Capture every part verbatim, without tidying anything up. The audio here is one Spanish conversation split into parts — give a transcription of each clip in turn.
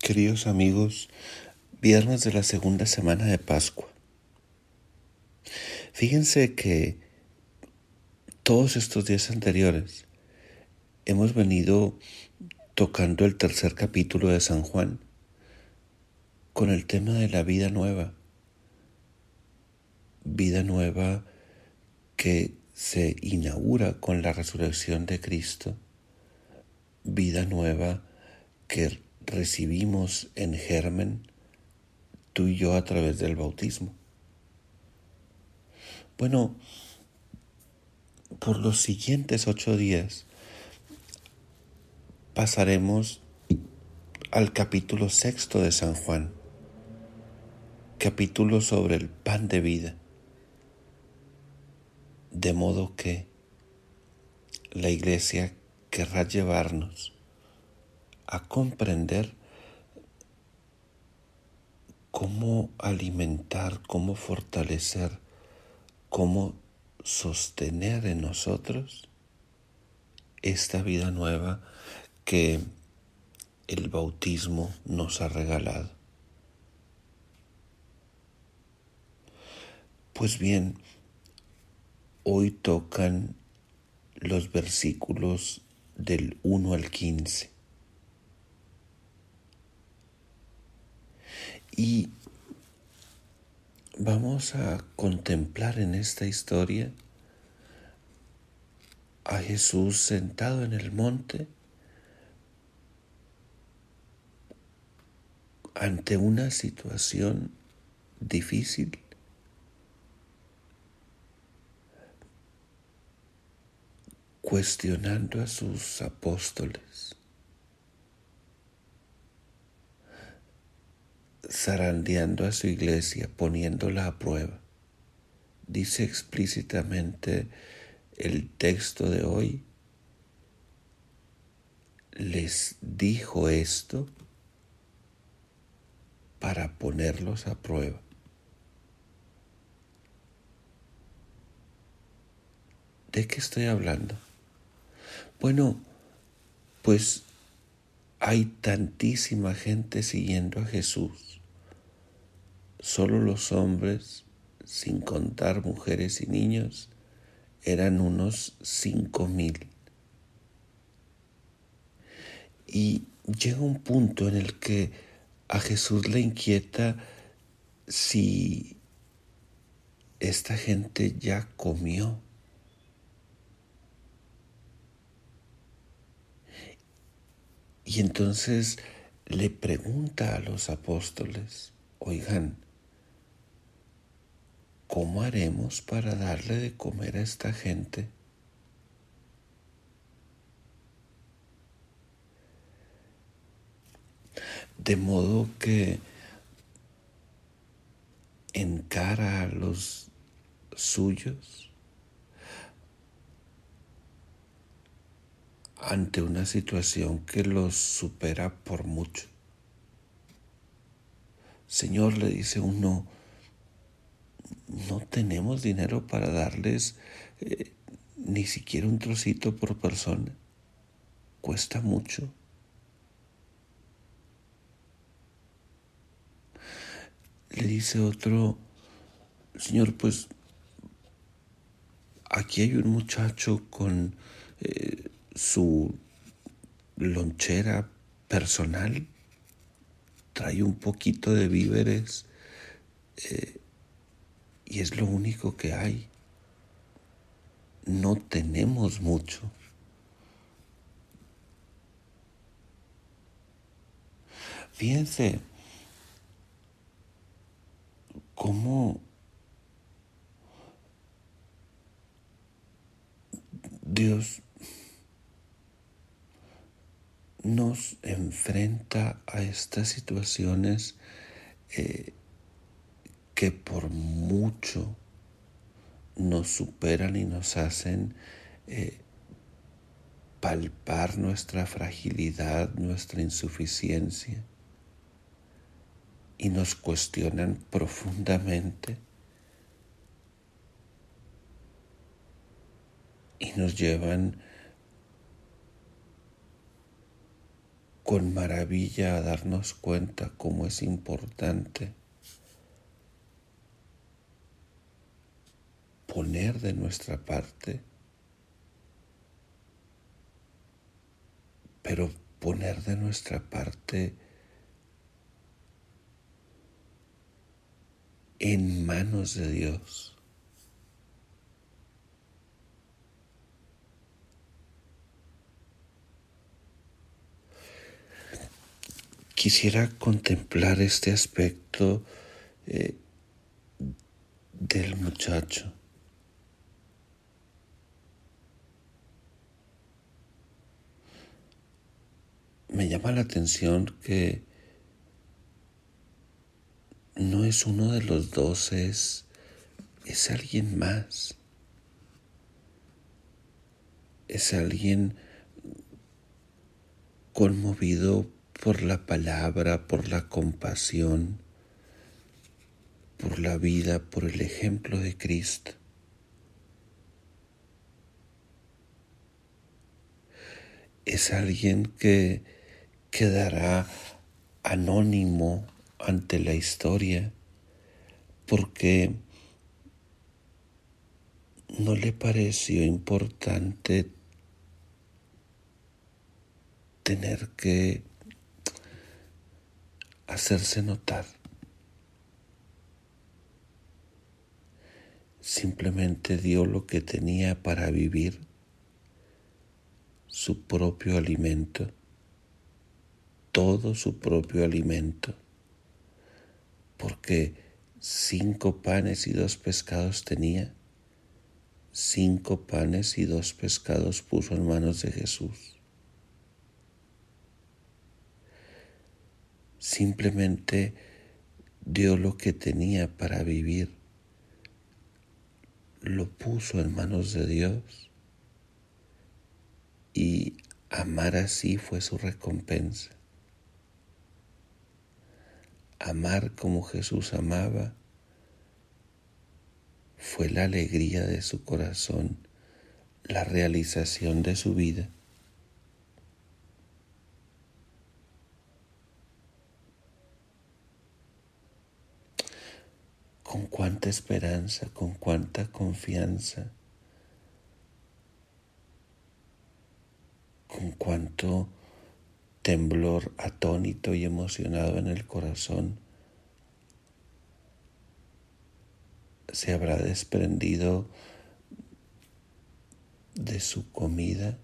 Queridos amigos, viernes de la segunda semana de Pascua. Fíjense que todos estos días anteriores hemos venido tocando el tercer capítulo de San Juan con el tema de la vida nueva. Vida nueva que se inaugura con la resurrección de Cristo. Vida nueva que recibimos en germen tú y yo a través del bautismo. Bueno, por los siguientes ocho días pasaremos al capítulo sexto de San Juan, capítulo sobre el pan de vida, de modo que la Iglesia querrá llevarnos a comprender cómo alimentar, cómo fortalecer, cómo sostener en nosotros esta vida nueva que el bautismo nos ha regalado. Pues bien, hoy tocan los versículos del uno al quince. Y vamos a contemplar en esta historia a Jesús sentado en el monte ante una situación difícil, cuestionando a sus apóstoles, zarandeando a su iglesia, poniéndola a prueba. Dice explícitamente el texto de hoy, les dijo esto para ponerlos a prueba. ¿De qué estoy hablando? Bueno, pues hay tantísima gente siguiendo a Jesús. Solo los hombres, sin contar mujeres y niños, eran unos cinco mil. Y llega un punto en el que a Jesús le inquieta si esta gente ya comió. Y entonces le pregunta a los apóstoles, oigan, ¿cómo haremos para darle de comer a esta gente? De modo que encara a los suyos ante una situación que los supera por mucho. Señor, le dice uno, no tenemos dinero para darles eh, ni siquiera un trocito por persona. Cuesta mucho. Le dice otro, Señor, pues aquí hay un muchacho con eh, su lonchera personal, trae un poquito de víveres eh, y es lo único que hay. No tenemos mucho. Fíjense cómo Dios nos enfrenta a estas situaciones eh, que por mucho nos superan y nos hacen eh, palpar nuestra fragilidad, nuestra insuficiencia, y nos cuestionan profundamente y nos llevan con maravilla a darnos cuenta cómo es importante poner de nuestra parte, pero poner de nuestra parte en manos de Dios. Quisiera contemplar este aspecto eh, del muchacho. Me llama la atención que no es uno de los doce, es, es alguien más. Es alguien conmovido por la palabra, por la compasión, por la vida, por el ejemplo de Cristo. Es alguien que quedará anónimo ante la historia porque no le pareció importante tener que hacerse notar. Simplemente dio lo que tenía para vivir, su propio alimento, todo su propio alimento, porque cinco panes y dos pescados tenía, cinco panes y dos pescados puso en manos de Jesús. Simplemente dio lo que tenía para vivir, lo puso en manos de Dios y amar así fue su recompensa. Amar como Jesús amaba fue la alegría de su corazón, la realización de su vida. Con cuánta esperanza, con cuánta confianza, con cuánto temblor atónito y emocionado en el corazón se habrá desprendido de su comida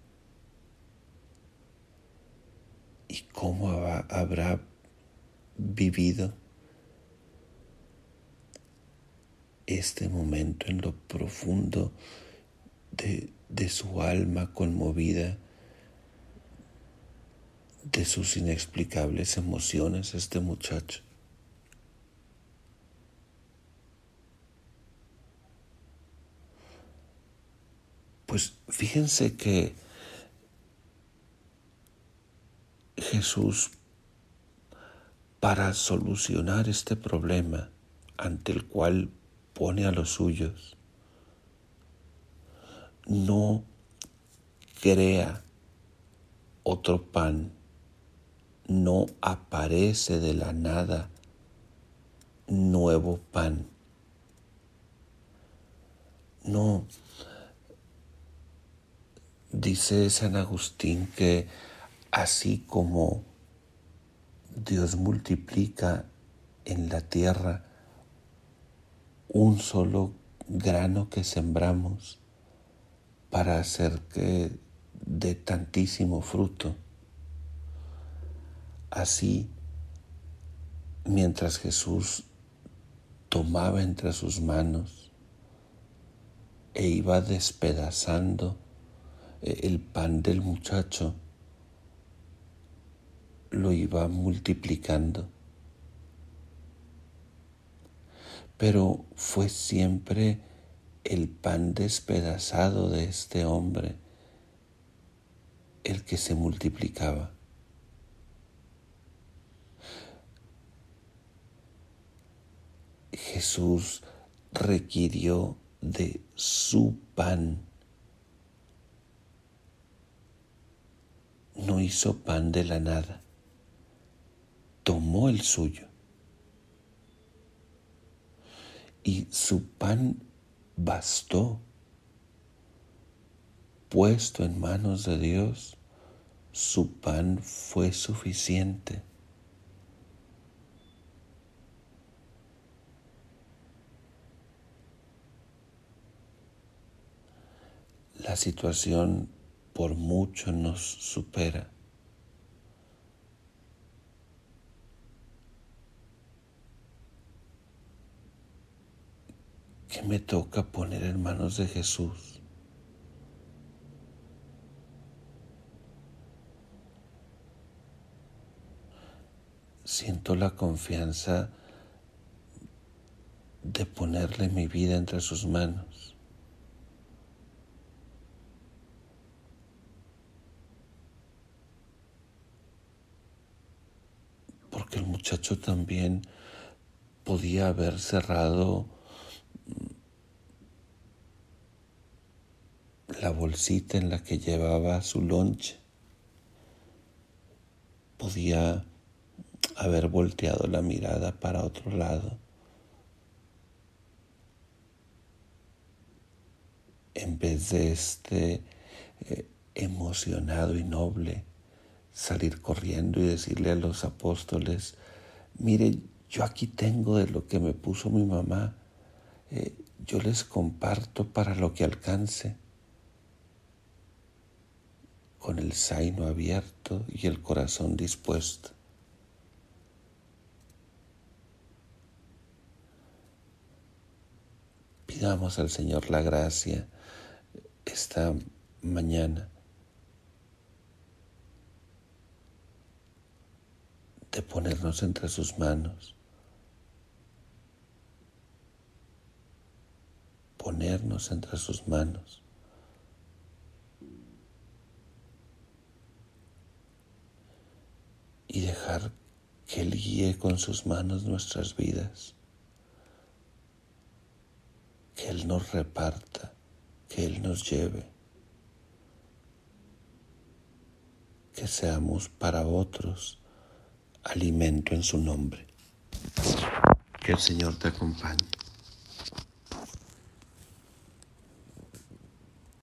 y cómo habrá vivido este momento en lo profundo de, de su alma conmovida, de sus inexplicables emociones, este muchacho. Pues fíjense que Jesús, para solucionar este problema ante el cual pone a los suyos, no crea otro pan, no aparece de la nada nuevo pan. No, dice San Agustín que así como Dios multiplica en la tierra un solo grano que sembramos para hacer que dé tantísimo fruto, así mientras Jesús tomaba entre sus manos e iba despedazando el pan del muchacho, lo iba multiplicando. Pero fue siempre el pan despedazado de este hombre el que se multiplicaba. Jesús requirió de su pan, no no hizo pan de la nada, tomó el suyo y su pan bastó. Puesto en manos de Dios, su pan fue suficiente. La situación por mucho nos supera. ¿Qué me toca poner en manos de Jesús? Siento la confianza de ponerle mi vida entre sus manos. Porque el muchacho también podía haber cerrado la bolsita en la que llevaba su lonche. Podía haber volteado la mirada para otro lado. En vez de este eh, emocionado y noble salir corriendo y decirle a los apóstoles: mire, yo aquí tengo de lo que me puso mi mamá, eh, yo les comparto para lo que alcance. Con el zaino abierto y el corazón dispuesto. Pidamos al Señor la gracia esta mañana de ponernos entre sus manos, ponernos entre sus manos. Y dejar que Él guíe con sus manos nuestras vidas, que Él nos reparta, que Él nos lleve, que seamos para otros alimento en su nombre. Que el Señor te acompañe.